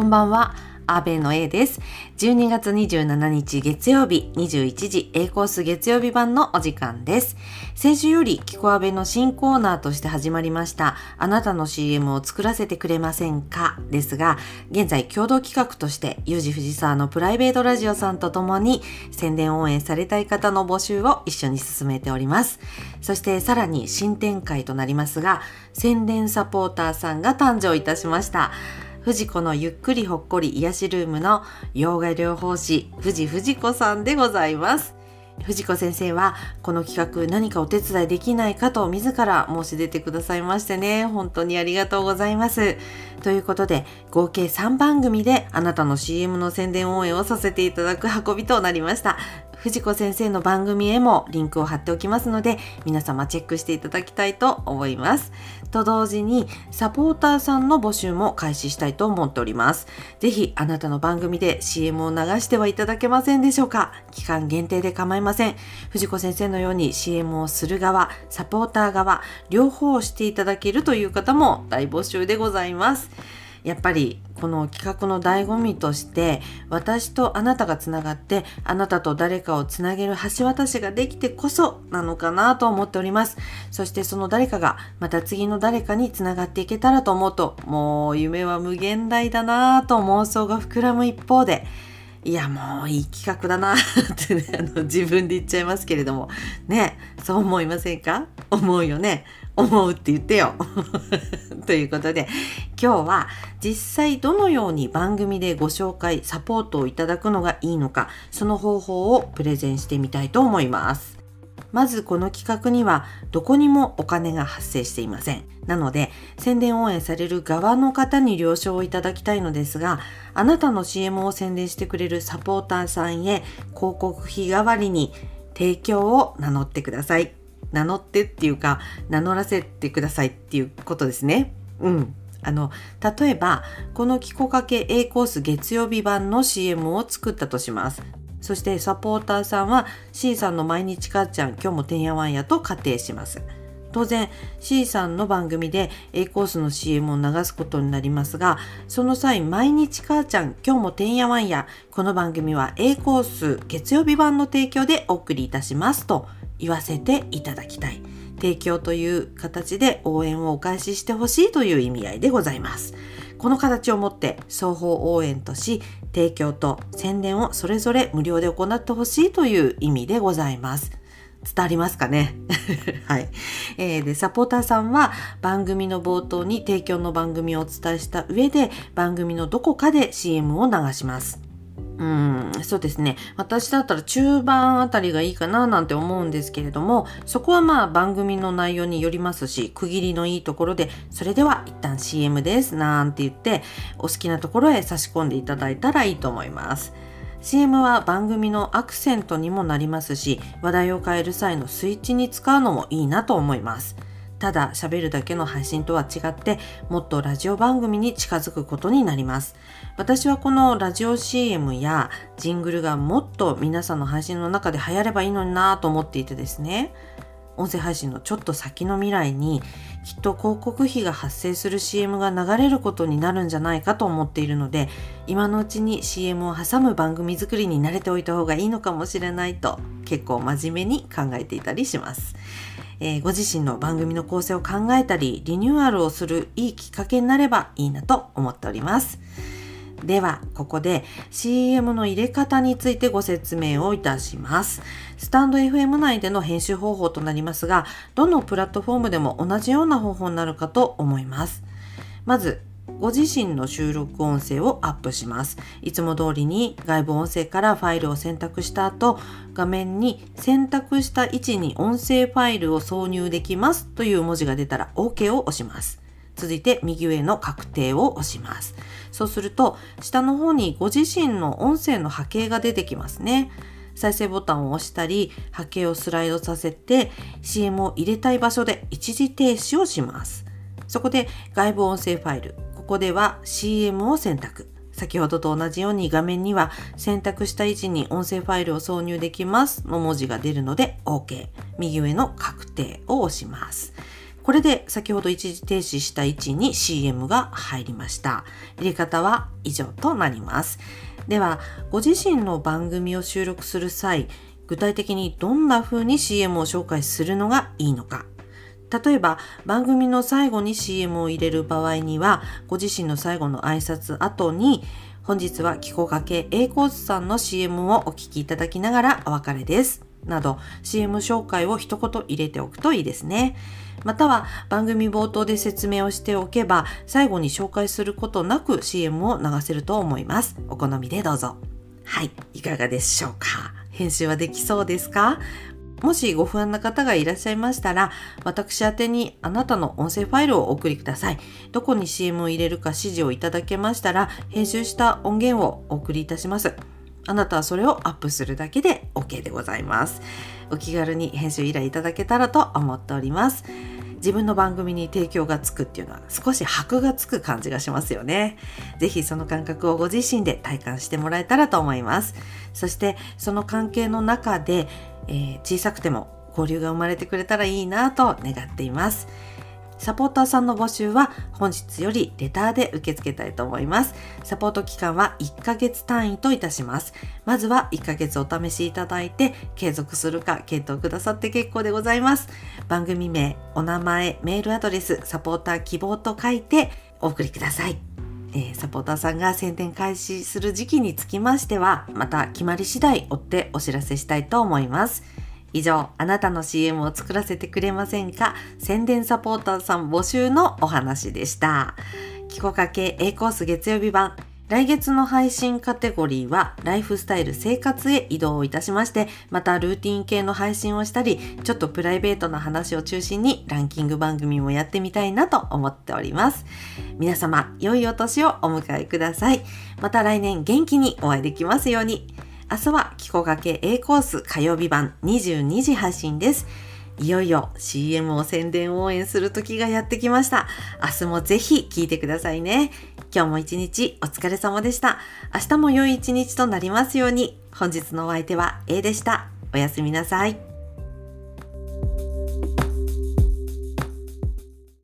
んばんは、阿部の A です。12月27日月曜日21時 A コース月曜日版のお時間です。先週よりキコアベの新コーナーとして始まりましたあなたの CM を作らせてくれませんかですが、現在共同企画としてユージ藤沢のプライベートラジオさんとともに宣伝応援されたい方の募集を一緒に進めております。そしてさらに新展開となりますが、宣伝サポーターさんが誕生いたしました。藤子のゆっくりほっこり癒しルームのヨガ療法士藤子さんでございます。藤子先生はこの企画何かお手伝いできないかと自ら申し出てくださいましてね、本当にありがとうございます。ということで合計3番組であなたの CM の宣伝応援をさせていただく運びとなりました。藤子先生の番組へもリンクを貼っておきますので、皆様チェックしていただきたいと思います。と同時にサポーターさんの募集も開始したいと思っております。ぜひあなたの番組で CM を流してはいただけませんでしょうか。期間限定で構いません。藤子先生のように CM をする側、サポーター側、両方をしていただけるという方も大募集でございます。やっぱりこの企画の醍醐味として、私とあなたがつながってあなたと誰かをつなげる橋渡しができてこそなのかなと思っております。そしてその誰かがまた次の誰かにつながっていけたらと思うと、もう夢は無限大だなと妄想が膨らむ一方で、いやもういい企画だなってね、自分で言っちゃいますけれどもね、そう思いませんか？思うよね。思うって言ってよということで、今日は実際どのように番組でご紹介サポートをいただくのがいいのか、その方法をプレゼンしてみたいと思います。まずこの企画にはどこにもお金が発生していません。なので宣伝応援される側の方に了承をいただきたいのですが、あなたの CM を宣伝してくれるサポーターさんへ広告費代わりに提供を名乗ってください。名乗ってっていうか名乗らせてくださいっていうことですね。例えばこのキコかけ A コース月曜日版の CM を作ったとします。そしてサポーターさんは C さんの毎日母ちゃん今日もてんやわんやと仮定します。当然 C さんの番組で A コースの CM を流すことになりますが、その際毎日母ちゃん今日もてんやわんや、この番組は A コース月曜日版の提供でお送りいたしますと言わせていただきたい。提供という形で応援をお返ししてほしいという意味合いでございます。この形をもって双方応援とし、提供と宣伝をそれぞれ無料で行ってほしいという意味でございます。伝わりますかねはい。で、サポーターさんは番組の冒頭に提供の番組をお伝えした上で、番組のどこかで CM を流します。そうですね。私だったら中盤あたりがいいかななんて思うんですけれども、そこはまあ番組の内容によりますし、区切りのいいところで、それでは一旦 CM ですなんて言って、お好きなところへ差し込んでいただいたらいいと思います。CM は番組のアクセントにもなりますし、話題を変える際のスイッチに使うのもいいなと思います。ただ喋るだけの配信とは違って、もっとラジオ番組に近づくことになります。私はこのラジオ CM やジングルがもっと皆さんの配信の中で流行ればいいのになと思っていてですね、音声配信のちょっと先の未来にきっと広告費が発生する CM が流れることになるんじゃないかと思っているので、今のうちに CM を挟む番組作りに慣れておいた方がいいのかもしれないと結構真面目に考えていたりします。ご自身の番組の構成を考えたりリニューアルをするいいきっかけになればいいなと思っております。ではここで CM の入れ方についてご説明をいたします。スタンド FM 内での編集方法となりますが、どのプラットフォームでも同じような方法になるかと思います。まずご自身の収録音声をアップします。いつも通りに外部音声からファイルを選択した後、画面に選択した位置に音声ファイルを挿入できますという文字が出たら OK を押します。続いて右上の確定を押します。そうすると下の方にご自身の音声の波形が出てきますね。再生ボタンを押したり波形をスライドさせて CM を入れたい場所で一時停止をします。そこで外部音声ファイル、ここでは CM を選択。先ほどと同じように画面には選択した位置に音声ファイルを挿入できますの文字が出るので OK。右上の確定を押します。 これで先ほど一時停止した位置に CM が入りました。入れ方は以上となります。では、ご自身の番組を収録する際、具体的にどんな風に CM を紹介するのがいいのか。例えば、番組の最後に CM を入れる場合には、ご自身の最後の挨拶後に、本日は気候家系 A コースさんの CM をお聞きいただきながらお別れです。など CM 紹介を一言入れておくといいですね。または番組冒頭で説明をしておけば最後に紹介することなく CM を流せると思います。お好みでどうぞ。はい、いかがでしょうか。編集はできそうですか？もしご不安な方がいらっしゃいましたら、私宛てにあなたの音声ファイルをお送りください。どこに CM を入れるか指示をいただけましたら、編集した音源をお送りいたします。あなたはそれをアップするだけで OK でございます。お気軽に編集依頼いただけたらと思っております。自分の番組に提供がつくっていうのは少し箔がつく感じがしますよね。ぜひその感覚をご自身で体感してもらえたらと思います。そしてその関係の中で、小さくても交流が生まれてくれたらいいなと願っています。サポーターさんの募集は本日よりレターで受け付けたいと思います。サポート期間は1ヶ月単位といたします。まずは1ヶ月お試しいただいて継続するか検討くださって結構でございます。番組名、お名前、メールアドレス、サポーター希望と書いてお送りください。サポーターさんが宣伝開始する時期につきましてはまた決まり次第追ってお知らせしたいと思います。以上、あなたの CM を作らせてくれませんか？宣伝サポーターさん募集のお話でした。気候家系 A コース月曜日版。来月の配信カテゴリーはライフスタイル生活へ移動いたしまして、またルーティン系の配信をしたり、ちょっとプライベートな話を中心にランキング番組もやってみたいなと思っております。皆様、良いお年をお迎えください。また来年元気にお会いできますように。明日は気候家系 A コース火曜日版22時配信です。いよいよ CM を宣伝応援する時がやってきました。明日もぜひ聞いてくださいね。今日も一日お疲れ様でした。明日も良い一日となりますように。本日のお相手は A でした。おやすみなさい。